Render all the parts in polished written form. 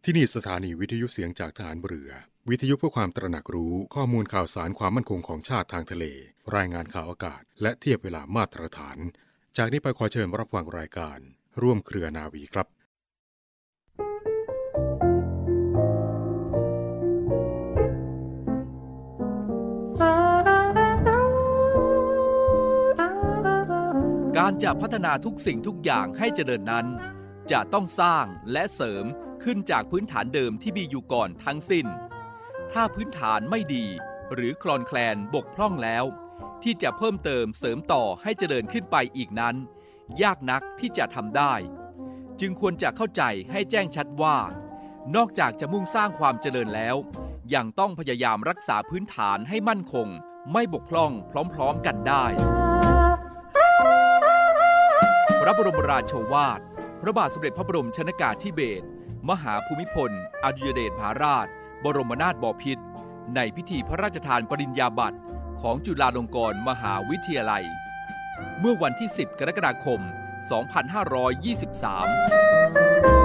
ที่นี่สถานีวิทยุเสียงจากทหารเรือวิทยุเพื่อความตระหนักรู้ข้อมูลข่าวสารความมั่นคงของชาติทางทะเลรายงานข่าวอากาศและเทียบเวลามาตรฐานจากนี้ไปขอเชิญรับฟังรายการร่วมเครือนาวีครับการจะพัฒนาทุกสิ่งทุกอย่างให้เจริญนั้นจะต้องสร้างและเสริมขึ้นจากพื้นฐานเดิมที่มีอยู่ก่อนทั้งสิ้นถ้าพื้นฐานไม่ดีหรือคลอนแคลนบกพร่องแล้วที่จะเพิ่มเติมเสริมต่อให้เจริญขึ้นไปอีกนั้นยากนักที่จะทำได้จึงควรจะเข้าใจให้แจ้งชัดว่านอกจากจะมุ่งสร้างความเจริญแล้วยังต้องพยายามรักษาพื้นฐานให้มั่นคงไม่บกพร่องพร้อมๆกันได้พระบรมราโชวาทพระบาทสมเด็จพระบรมชนกาธิเบศรมหาภูมิพลอดุลยเดชมหาราชบรมนาถบพิตรในพิธีพระราชทานปริญญาบัตรของจุฬาลงกรณ์มหาวิทยาลัยเมื่อวันที่10กรกฎาคม2523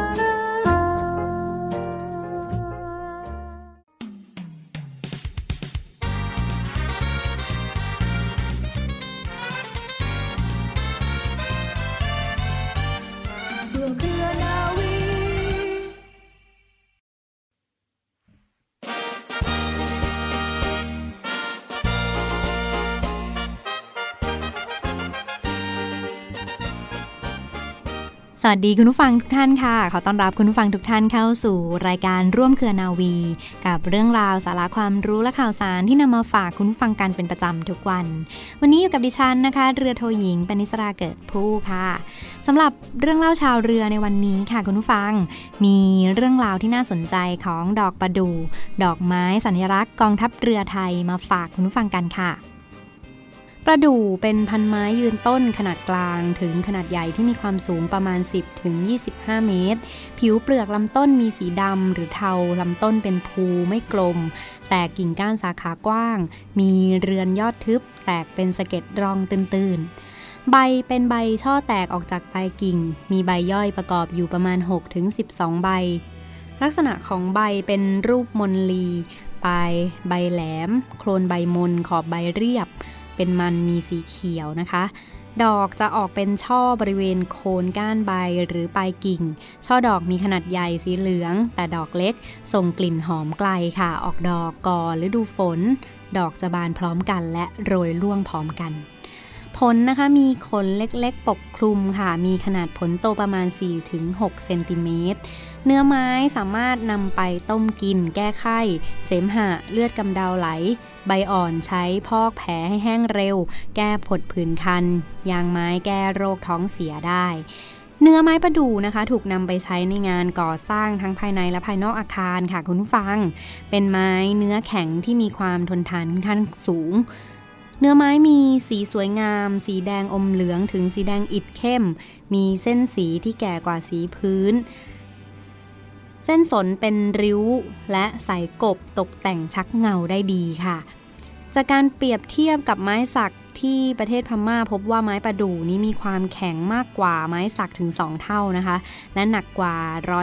สวัสดีคุณผู้ฟังทุกท่านค่ะขอต้อนรับคุณผู้ฟังทุกท่านเข้าสู่รายการร่วมเครือนาวีกับเรื่องราวสาระความรู้และข่าวสารที่นำมาฝากคุณผู้ฟังกันเป็นประจำทุกวันวันนี้อยู่กับดิฉันนะคะเรือโทหญิงปณิสราเกิดผู้ค่ะสำหรับเรื่องเล่าชาวเรือในวันนี้ค่ะคุณผู้ฟังมีเรื่องราวที่น่าสนใจของดอกประดู่ดอกไม้สัญลักษณ์กองทัพเรือไทยมาฝากคุณผู้ฟังกันค่ะประดู่เป็นพันไม้ยืนต้นขนาดกลางถึงขนาดใหญ่ที่มีความสูงประมาณ 10-25 เมตรผิวเปลือกลำต้นมีสีดำหรือเทาลำต้นเป็นภูไม่กลมแตกกิ่งก้านสาขากว้างมีเรือนยอดทึบแตกเป็นสะเก็ดรองตื่นๆใบเป็นใบช่อแตกออกจากปลายกิ่งมีใบย่อยประกอบอยู่ประมาณ 6-12 ใบลักษณะของใบเป็นรูปมนลีปลายใบแหลมโคลนใบมนขอบใบเรียบเป็นมันมีสีเขียวนะคะดอกจะออกเป็นช่อบริเวณโคนก้านใบหรือปลายกิ่งช่อดอกมีขนาดใหญ่สีเหลืองแต่ดอกเล็กส่งกลิ่นหอมไกลค่ะออกดอกก่อนฤดูฝนดอกจะบานพร้อมกันและโรยร่วงพร้อมกันผลนะคะมีขนเล็กๆปกคลุมค่ะมีขนาดผลโตประมาณ 4-6 เซนติเมตรเนื้อไม้สามารถนำไปต้มกินแก้ไข้เสมหะเลือดกำเดาไหลใบอ่อนใช้พอกแผลให้แห้งเร็วแก้ผดผื่นคันยางไม้แก้โรคท้องเสียได้เนื้อไม้ประดู่นะคะถูกนำไปใช้ในงานก่อสร้างทั้งภายในและภายนอกอาคารค่ะคุณผู้ฟังเป็นไม้เนื้อแข็งที่มีความทนทานค่อนข้างสูงเนื้อไม้มีสีสวยงามสีแดงอมเหลืองถึงสีแดงอิฐเข้มมีเส้นสีที่แก่กว่าสีพื้นเส้นสนเป็นริ้วและสายกบตกแต่งชักเงาได้ดีค่ะจากการเปรียบเทียบกับไม้สักที่ประเทศพม่าพบว่าไม้ประดู่นี้มีความแข็งมากกว่าไม้สักถึง2เท่านะคะและหนักกว่า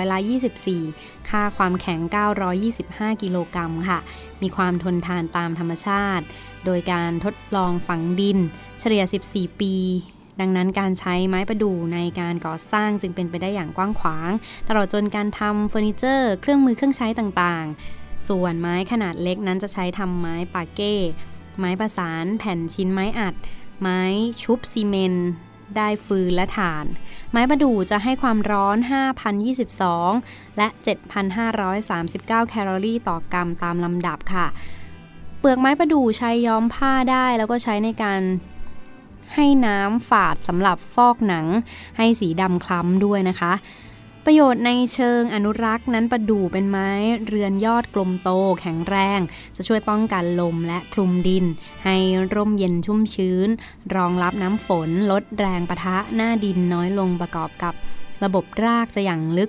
24%ค่าความแข็ง925กิโลกรัมค่ะมีความทนทานตามธรรมชาติโดยการทดลองฝังดินเฉลี่ย14ปีดังนั้นการใช้ไม้ประดู่ในการก่อสร้างจึงเป็นไปได้อย่างกว้างขวางตลอดจนการทำเฟอร์นิเจอร์เครื่องมือเครื่องใช้ต่างๆส่วนไม้ขนาดเล็กนั้นจะใช้ทำไม้ปาเก้ไม้ประสานแผ่นชิ้นไม้อัดไม้ชุบซีเมนต์ได้ฟืนและถ่านไม้ประดู่จะให้ความร้อน 5,022 และ 7,539 แคลอรี่ต่อกรัมตามลำดับค่ะเปลือกไม้ประดู่ใช้ย้อมผ้าได้แล้วก็ใช้ในการให้น้ำฝาดสำหรับฟอกหนังให้สีดำคล้ำด้วยนะคะประโยชน์ในเชิงอนุรักษ์นั้นประดู่เป็นไม้เรือนยอดกลมโตแข็งแรงจะช่วยป้องกันลมและคลุมดินให้ร่มเย็นชุ่มชื้นรองรับน้ำฝนลดแรงปะทะหน้าดินน้อยลงประกอบกับระบบรากจะหยั่งลึก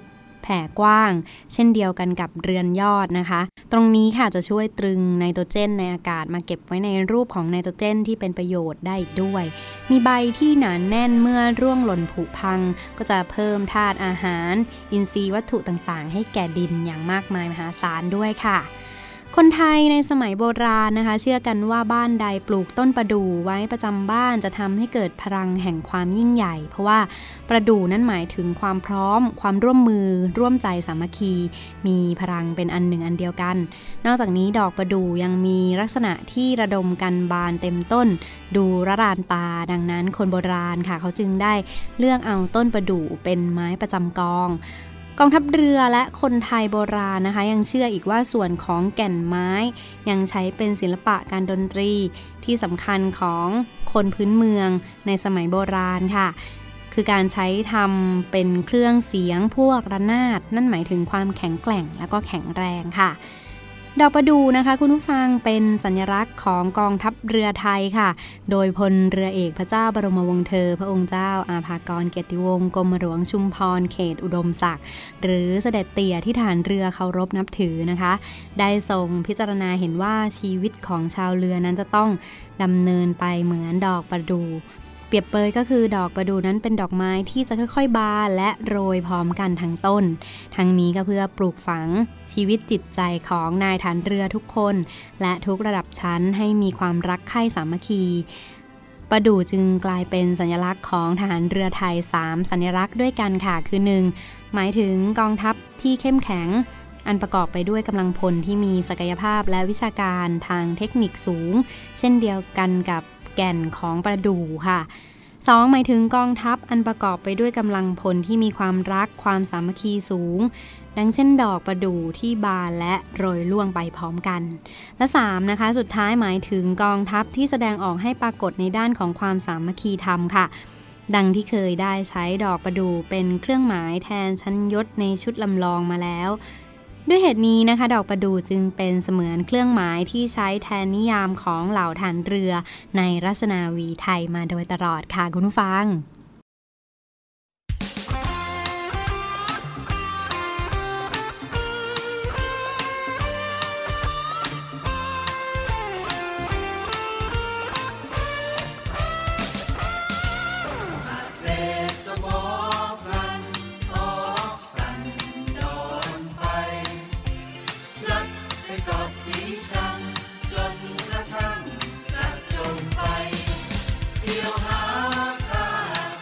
แผ่กว้างเช่นเดียวกันกับเรือนยอดนะคะตรงนี้ค่ะจะช่วยตรึงไนโตรเจนในอากาศมาเก็บไว้ในรูปของไนโตรเจนที่เป็นประโยชน์ได้อีกด้วยมีใบที่หนาแน่นเมื่อร่วงหล่นผุพังก็จะเพิ่มธาตุอาหารอินทรีย์วัตถุต่างๆให้แก่ดินอย่างมากมายมหาศาลด้วยค่ะคนไทยในสมัยโบราณนะคะเชื่อกันว่าบ้านใดปลูกต้นประดู่ไว้ประจำบ้านจะทำให้เกิดพลังแห่งความยิ่งใหญ่เพราะว่าประดู่นั้นหมายถึงความพร้อมความร่วมมือร่วมใจสามัคคีมีพลังเป็นอันหนึ่งอันเดียวกันนอกจากนี้ดอกประดู่ยังมีลักษณะที่ระดมกันบานเต็มต้นดูระรานตาดังนั้นคนโบราณค่ะเขาจึงได้เลือกเอาต้นประดู่เป็นไม้ประจำกองทัพเรือและคนไทยโบราณนะคะยังเชื่ออีกว่าส่วนของแก่นไม้ยังใช้เป็นศิลปะการดนตรีที่สำคัญของคนพื้นเมืองในสมัยโบราณค่ะคือการใช้ทำเป็นเครื่องเสียงพวกระนาดนั่นหมายถึงความแข็งแกร่งและก็แข็งแรงค่ะดอกประดู่นะคะคุณผู้ฟังเป็นสัญลักษณ์ของกองทัพเรือไทยค่ะโดยพลเรือเอกพระเจ้าบรมวงศ์เธอพระองค์เจ้าอาภากรเกียรติวงศ์กรมหลวงชุมพรเขตอุดมศักดิ์หรือเสด็จเตี่ยที่ฐานเรือเคารพนับถือนะคะได้ทรงพิจารณาเห็นว่าชีวิตของชาวเรือนั้นจะต้องดำเนินไปเหมือนดอกประดู่เปรียบเปรยก็คือดอกประดู่นั้นเป็นดอกไม้ที่จะค่อยๆบานและโรยพร้อมกันทั้งต้นทั้งนี้ก็เพื่อปลูกฝังชีวิตจิตใจของนายฐานเรือทุกคนและทุกระดับชั้นให้มีความรักใคร่สามัคคีประดู่จึงกลายเป็นสัญลักษณ์ของทหารเรือไทย3สัญลักษณ์ด้วยกันค่ะคือ 1. หมายถึงกองทัพที่เข้มแข็งอันประกอบไปด้วยกำลังพลที่มีศักยภาพและวิชาการทางเทคนิคสูงเช่นเดียวกันกับแก่นของประดู่ค่ะ 2. หมายถึงกองทัพอันประกอบไปด้วยกำลังพลที่มีความรักความสามัคคีสูงดังเช่นดอกประดู่ที่บานและโรยล่วงไปพร้อมกันและ 3. นะคะสุดท้ายหมายถึงกองทัพที่แสดงออกให้ปรากฏในด้านของความสามัคคีธรรมค่ะดังที่เคยได้ใช้ดอกประดู่เป็นเครื่องหมายแทนชั้นยศในชุดลำลองมาแล้วด้วยเหตุนี้นะคะดอกประดู่จึงเป็นเสมือนเครื่องหมายที่ใช้แทนนิยามของเหล่าฐานเรือในราชนาวีไทยมาโดยตลอดค่ะคุณผู้ฟังเที่ยวหาข้า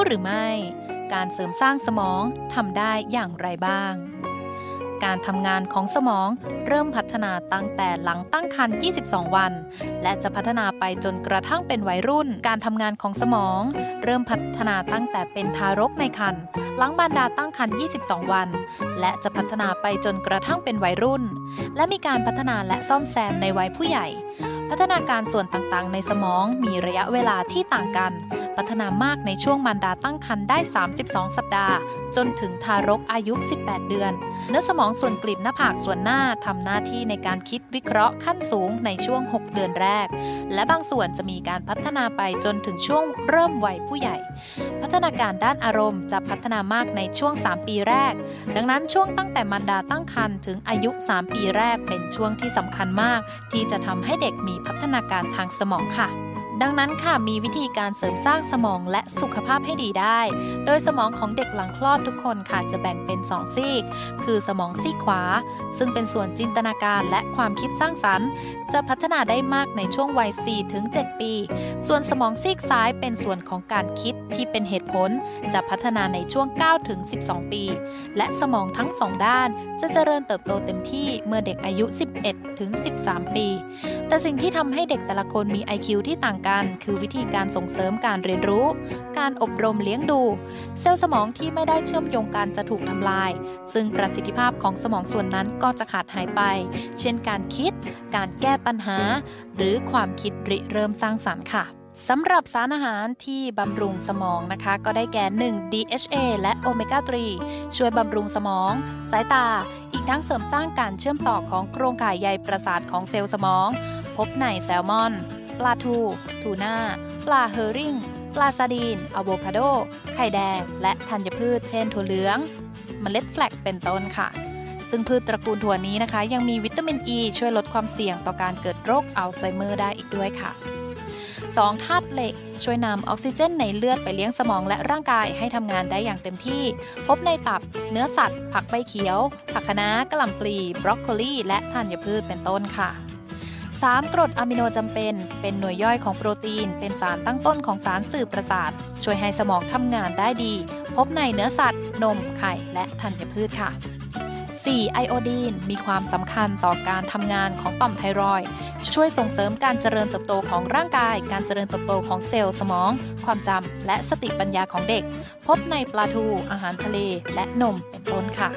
หรือไม่การเสริมสร้างสมองทำได้อย่างไรบ้างการทำงานของสมองเริ่มพัฒนาตั้งแต่หลังตั้งครรภ์ 22 วันและจะพัฒนาไปจนกระทั่งเป็นวัยรุ่นการทำงานของสมองเริ่มพัฒนาตั้งแต่เป็นทารกในครรภ์หลังมารดาตั้งครรภ์ 22 วันและจะพัฒนาไปจนกระทั่งเป็นวัยรุ่นและมีการพัฒนาและซ่อมแซมในวัยผู้ใหญ่พัฒนาการส่วนต่างๆในสมองมีระยะเวลาที่ต่างกันพัฒนามากในช่วงมารดาตั้งครรภ์ได้32 สัปดาห์จนถึงทารกอายุ18 เดือนเนื้อสมองส่วนกลีบหน้าผากส่วนหน้าทำหน้าที่ในการคิดวิเคราะห์ขั้นสูงในช่วง6 เดือนแรกและบางส่วนจะมีการพัฒนาไปจนถึงช่วงเริ่มวัยผู้ใหญ่พัฒนาการด้านอารมณ์จะพัฒนามากในช่วง3 ปีแรกดังนั้นช่วงตั้งแต่มารดาตั้งครรภ์ถึงอายุ3 ปีแรกเป็นช่วงที่สำคัญมากที่จะทำให้เด็กมีพัฒนาการทางสมองค่ะดังนั้นค่ะมีวิธีการเสริมสร้างสมองและสุขภาพให้ดีได้โดยสมองของเด็กหลังคลอดทุกคนค่ะจะแบ่งเป็น2 ซีกคือสมองซีกขวาซึ่งเป็นส่วนจินตนาการและความคิดสร้างสรรค์จะพัฒนาได้มากในช่วงวัย 4-7 ปีส่วนสมองซีกซ้ายเป็นส่วนของการคิดที่เป็นเหตุผลจะพัฒนาในช่วง 9-12 ปีและสมองทั้ง2ด้านจะเจริญเติบโตเต็มที่เมื่อเด็กอายุ 11-13 ปีแต่สิ่งที่ทำให้เด็กแต่ละคนมี IQ ที่ต่างกันคือวิธีการส่งเสริมการเรียนรู้การอบรมเลี้ยงดูเซลล์สมองที่ไม่ได้เชื่อมโยงกันจะถูกทำลายซึ่งประสิทธิภาพของสมองส่วนนั้นก็จะขาดหายไปเช่นการคิดการแก้ปัญหาหรือความคิดริเริ่มสร้างสรรค์ค่ะสำหรับสารอาหารที่บำรุงสมองนะคะก็ได้แก่ 1. DHA และโอเมก้า 3 ช่วยบำรุงสมองสายตาอีกทั้งเสริมสร้างการเชื่อมต่อของโครงข่ายใยประสาทของเซลล์สมองพบในแซลมอนปลาทูน่าปลาเฮอริ่งปลาซาดีนอะโวคาโดไข่แดงและธัญพืชเช่นถั่วเหลืองเมล็ดแฟลกเป็นต้นค่ะซึ่งพืชตระกูลถั่วนี้นะคะยังมีวิตามินอ e ีช่วยลดความเสี่ยงต่อการเกิดโรคอัลไซเมอร์ได้อีกด้วยค่ะ 2. ธาตุเหล็กช่วยนำออกซิเจนในเลือดไปเลี้ยงสมองและร่างกายให้ทำงานได้อย่างเต็มที่พบในตับเนื้อสัตว์ผักใบเขียวผักคะน้ากะหล่ำปลีบรอกโคลีและธัญพืชเป็นต้นค่ะ 3. กรดอะมิโนจำเป็นหน่วยย่อยของโปรตีนเป็นสารตั้งต้นของสารสื่อประสาทช่วยให้สมองทำงานได้ดีพบในเนื้อสัตว์นมไข่และธัญพืชค่ะ 4. ไอโอดีนมีความสำคัญต่อการทำงานของต่อมไทรอยด์ช่วยส่งเสริมการเจริญเติบโตของร่างกายการเจริญเติบโตของเซลล์สมองความจำและสติปัญญาของเด็กพบในปลาทูอาหารทะเลและนมเป็นต้นค่ะ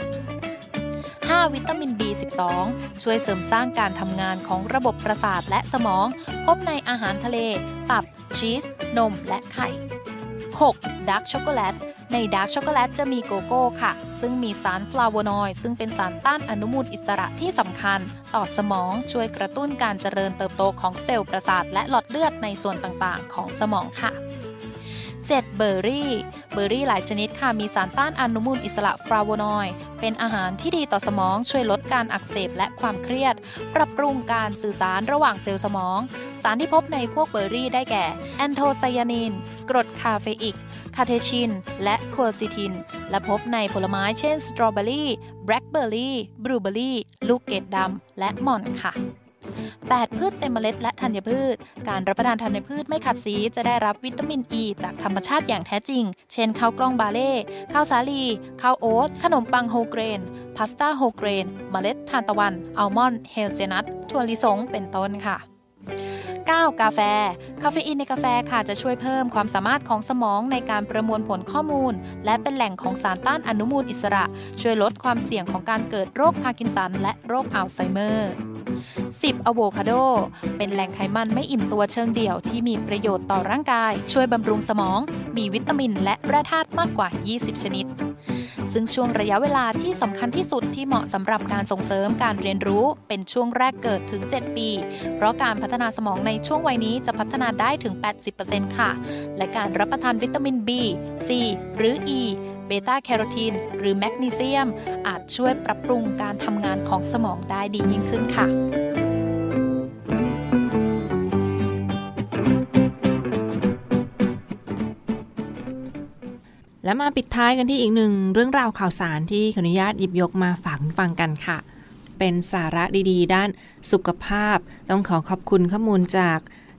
5. วิตามิน B12 ช่วยเสริมสร้างการทำงานของระบบประสาทและสมองพบในอาหารทะเลตับชีสนมและไข่ 6. ดาร์กช็อกโกแลตในดาร์กช็อกโกแลตจะมีโกโก้ค่ะซึ่งมีสารฟลาโวนอยด์ซึ่งเป็นสารต้านอนุมูลอิสระที่สำคัญต่อสมองช่วยกระตุ้นการเจริญเติบโตของเซลล์ประสาทและหลอดเลือดในส่วนต่างๆของสมองค่ะ 7. เบอร์รี่หลายชนิดค่ะมีสารต้านอนุมูลอิสระฟลาโวนอยด์เป็นอาหารที่ดีต่อสมองช่วยลดการอักเสบและความเครียดปรับปรุงการสื่อสารระหว่างเซลล์สมองสารที่พบในพวกเบอร์รี่ได้แก่แอนโทไซยานินกรดคาเฟอิกคาเทชินและโคซิทินและพบในผลไม้เช่นสตรอเบอรี่แบล็คเบอร์รี่บลูเบอร์รี่ลูกเกดดำและหม่อนค่ะ 8. พืชเต็มเมล็ดและธัญพืชการรับประทานธัญพืชไม่ขัดสีจะได้รับวิตามินอ e ีจากธรรมชาติอย่างแท้จริงเช่นข้าวกล้องบาเล่ข้าวสาลีข้าวโอ๊ตขนมปังโฮเกรนพาสต้าโฮเกรนเมล็ดทานตะวันอัลมอนด์เฮลเซนัทถั่วลิสงเป็นต้นค่ะ 9. กาแฟคาเฟอีนในกาแฟค่ะจะช่วยเพิ่มความสามารถของสมองในการประมวลผลข้อมูลและเป็นแหล่งของสารต้านอนุมูลอิสระช่วยลดความเสี่ยงของการเกิดโรคพาร์กินสันและโรคอัลไซเมอร์ 10. อะโวคาโดเป็นแหล่งไขมันไม่อิ่มตัวเชิงเดี่ยวที่มีประโยชน์ต่อร่างกายช่วยบำรุงสมองมีวิตามินและแร่ธาตุมากกว่า20ชนิดซึ่งช่วงระยะเวลาที่สำคัญที่สุดที่เหมาะสำหรับการส่งเสริมการเรียนรู้เป็นช่วงแรกเกิดถึง7ปีเพราะการพัฒนาสมองในช่วงวัยนี้จะพัฒนาได้ถึง 80% ค่ะและการรับประทานวิตามิน B C หรือ E เบต้าแคโรทีนหรือแมกนีเซียมอาจช่วยปรับปรุงการทำงานของสมองได้ดียิ่งขึ้นค่ะและมาปิดท้ายกันที่อีกหนึ่งเรื่องราวข่าวสารที่ขออนุญาตหยิบยกมาฝากฟังกันค่ะเป็นสาระดีๆด้านสุขภาพต้องขอบคุณข้อมูลจาก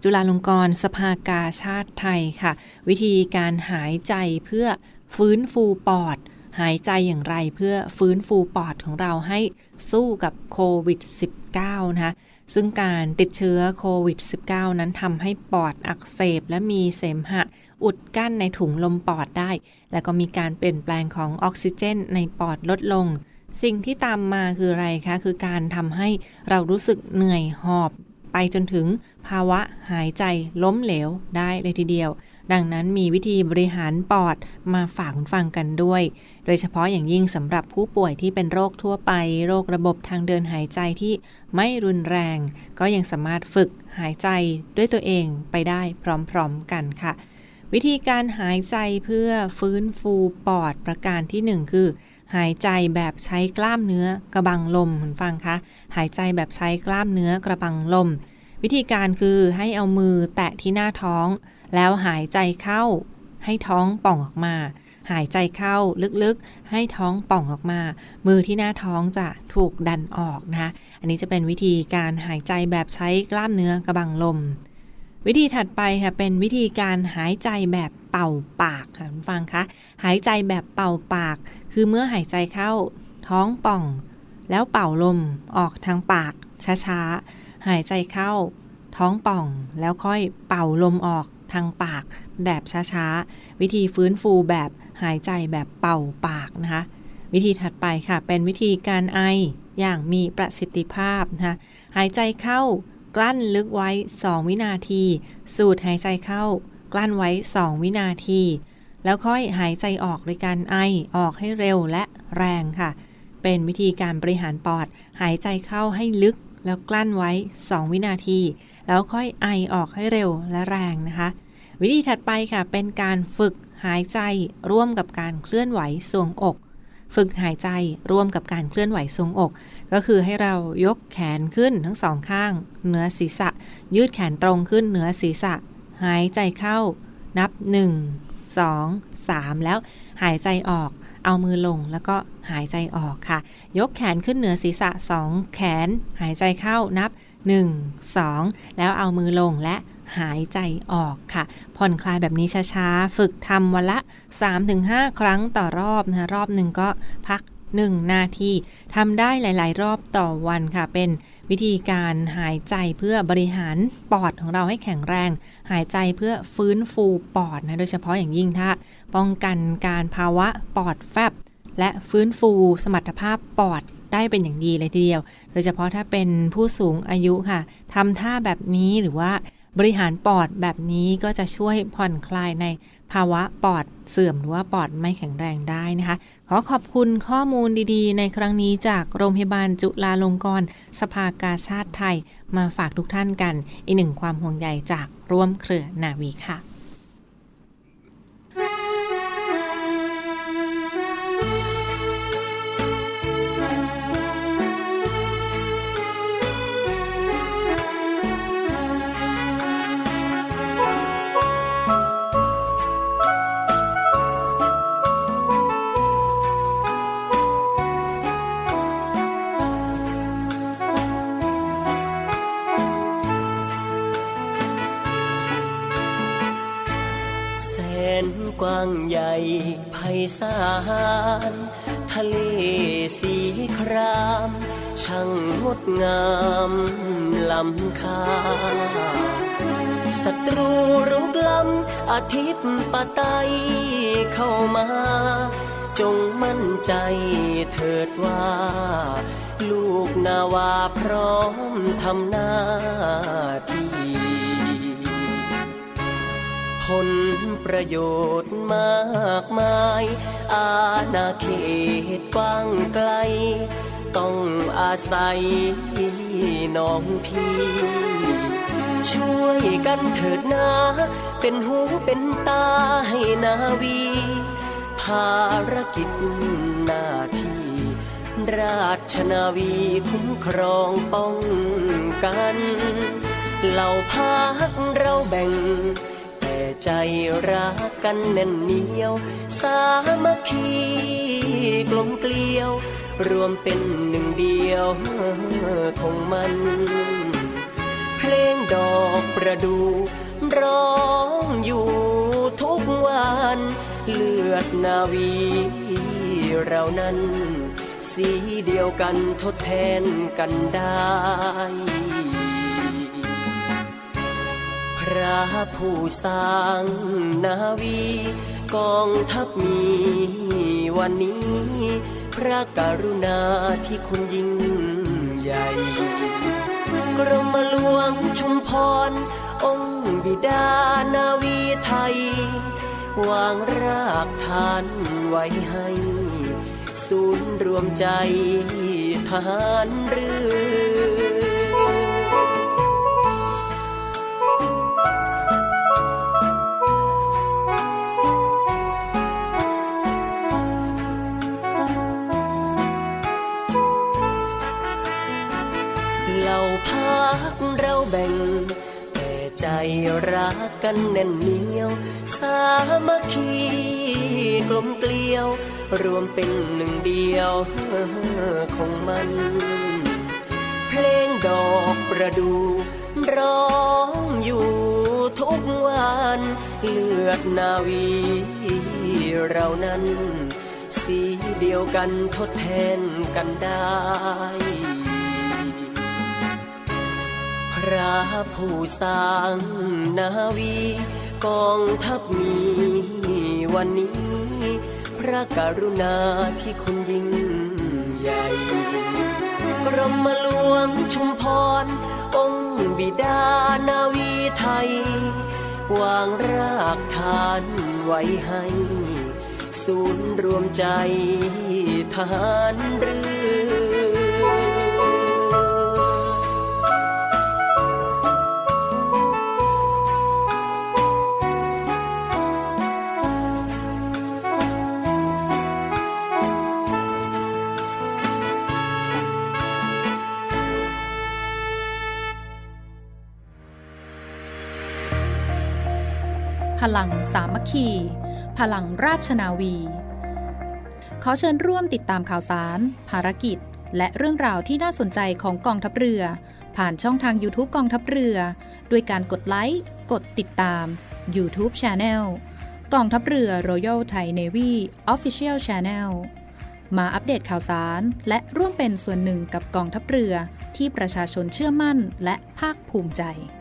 จุฬาลงกรณ์สภากาชาดไทยค่ะวิธีการหายใจเพื่อฟื้นฟูปอดหายใจอย่างไรเพื่อฟื้นฟูปอดของเราให้สู้กับโควิด -19 นะคะซึ่งการติดเชื้อโควิด -19 นั้นทำให้ปอดอักเสบและมีเสมหะอุดกั้นในถุงลมปอดได้แล้วก็มีการเปลี่ยนแปลงของออกซิเจนในปอดลดลงสิ่งที่ตามมาคืออะไรคะคือการทำให้เรารู้สึกเหนื่อยหอบไปจนถึงภาวะหายใจล้มเหลวได้เลยทีเดียวดังนั้นมีวิธีบริหารปอดมาฝากคุณฟังกันด้วยโดยเฉพาะอย่างยิ่งสำหรับผู้ป่วยที่เป็นโรคทั่วไปโรคระบบทางเดินหายใจที่ไม่รุนแรงก็ยังสามารถฝึกหายใจด้วยตัวเองไปได้พร้อมๆกันค่ะวิธีการหายใจเพื่อฟื้นฟูปอดประการที่1คือหายใจแบบใช้กล้ามเนื้อกระบังลมคุณฟังคะหายใจแบบใช้กล้ามเนื้อกระบังลมวิธีการคือให้เอามือแตะที่หน้าท้องแล้วหายใจเข้าให้ท้องป่องออกมาหายใจเข้าลึกๆให้ท้องป่องออกมามือที่หน้าท้องจะถูกดันออกนะคะอันนี้จะเป็นวิธีการหายใจแบบใช้กล้ามเนื้อกระบังลมวิธีถัดไปค่ะเป็นวิธีการหายใจแบบเป่าปากค่ะคุณฟังคะหายใจแบบเป่าปากคือเมื่อหายใจเข้าท้องป่องแล้วเป่าลมออกทางปากช้าๆหายใจเข้าท้องป่องแล้วค่อยเป่าลมออกทางปากแบบช้าๆวิธีฟื้นฟูแบบหายใจแบบเป่าปากนะคะวิธีถัดไปค่ะเป็นวิธีการไออย่างมีประสิทธิภาพนะคะหายใจเข้ากลั้นลึกไว้2วินาทีสูดหายใจเข้ากลั้นไว้2วินาทีแล้วค่อยหายใจออกโดยการไอออกให้เร็วและแรงค่ะเป็นวิธีการบริหารปอดหายใจเข้าให้ลึกแล้วกลั้นไว้2วินาทีแล้วค่อยไอออกให้เร็วและแรงนะคะวิธีถัดไปค่ะเป็นการฝึกหายใจร่วมกับการเคลื่อนไหวทรวงอกฝึกหายใจร่วมกับการเคลื่อนไหวทรวงอกก็คือให้เรายกแขนขึ้นทั้งสองข้างเหนือศีรษะยืดแขนตรงขึ้นเหนือศีรษะหายใจเข้านับ1 2 3แล้วหายใจออกเอามือลงแล้วก็หายใจออกค่ะยกแขนขึ้นเหนือศีรษะ2แขนหายใจเข้านับ1 2แล้วเอามือลงและหายใจออกค่ะผ่อนคลายแบบนี้ช้าๆฝึกทำวันละ 3-5 ครั้งต่อรอบนะคะรอบหนึ่งก็พัก1นาทีทำได้หลายๆรอบต่อวันค่ะเป็นวิธีการหายใจเพื่อบริหารปอดของเราให้แข็งแรงหายใจเพื่อฟื้นฟูปอดนะโดยเฉพาะอย่างยิ่งถ้าป้องกันการภาวะปอดแฟบและฟื้นฟูสมรรถภาพปอดได้เป็นอย่างดีเลยทีเดียวโดยเฉพาะถ้าเป็นผู้สูงอายุค่ะทำท่าแบบนี้หรือว่าบริหารปอดแบบนี้ก็จะช่วยผ่อนคลายในภาวะปอดเสื่อมหรือว่าปอดไม่แข็งแรงได้นะคะขอขอบคุณข้อมูลดีๆในครั้งนี้จากโรงพยาบาลจุฬาลงกรณ์สภากาชาดไทยมาฝากทุกท่านกันอีกหนึ่งความห่วงใยจากร่วมเครือนาวีค่ะกว้างใหญ่ไพศาลทะเลสีครามช่างงดงามล้ำค่าศัตรูรุกล้ำอาทิตย์ปะไตเข้ามาจงมั่นใจเถิดว่าลูกนาวาพร้อมทำหน้าที่ผลประโยชน์มากมายอาณาเขตกว้างไกลต้องอาศัยน้องพี่ช่วยกันเถิดนาเป็นหูเป็นตาให้นาวีภารกิจหน้าที่ราชนาวีคุ้มครองป้องกันเหล่าพรรคเราแบ่งใจรักกันแน่นเหนียวสามัคคีกลมเกลียวรวมเป็นหนึ่งเดียวคงมันเพลงดอกประดู่ร้องอยู่ทุกวันเลือดนาวีเรานั้นสีเดียวกันทดแทนกันได้พระผู้สร้างนาวีกองทัพมีวันนี้พระกรุณาที่คุณยิ่งใหญ่กรมหลวงชุมพรองค์บิดานาวีไทยวางรากฐานไว้ให้ศูนย์รวมใจทหารเรือเหล่าพักเราแบ่งแต่ใจรักกันแน่นเหนียวสามัคคีกลมเกลียวรวมเป็นหนึ่งเดียวของมันเพลงดอกประดู่ร้องอยู่ทุกวันเลือดนาวีเรานั้นสีเดียวกันทดแทนกันได้พระผู้สร้างนาวีกองทัพมีวันนี้พระกรุณาที่คุณยิ่งใหญ่กรมหลวงชุมพรองค์บิดานาวีไทยวางรากฐานไว้ให้ศูนย์รวมใจทหารเรือพลังสามัคคีพลังราชนาวีขอเชิญร่วมติดตามข่าวสารภารกิจและเรื่องราวที่น่าสนใจของกองทัพเรือผ่านช่องทาง YouTube กองทัพเรือด้วยการกดไลค์กดติดตาม YouTube Channel กองทัพเรือ Royal Thai Navy Official Channel มาอัปเดตข่าวสารและร่วมเป็นส่วนหนึ่งกับกองทัพเรือที่ประชาชนเชื่อมั่นและภาคภูมิใจ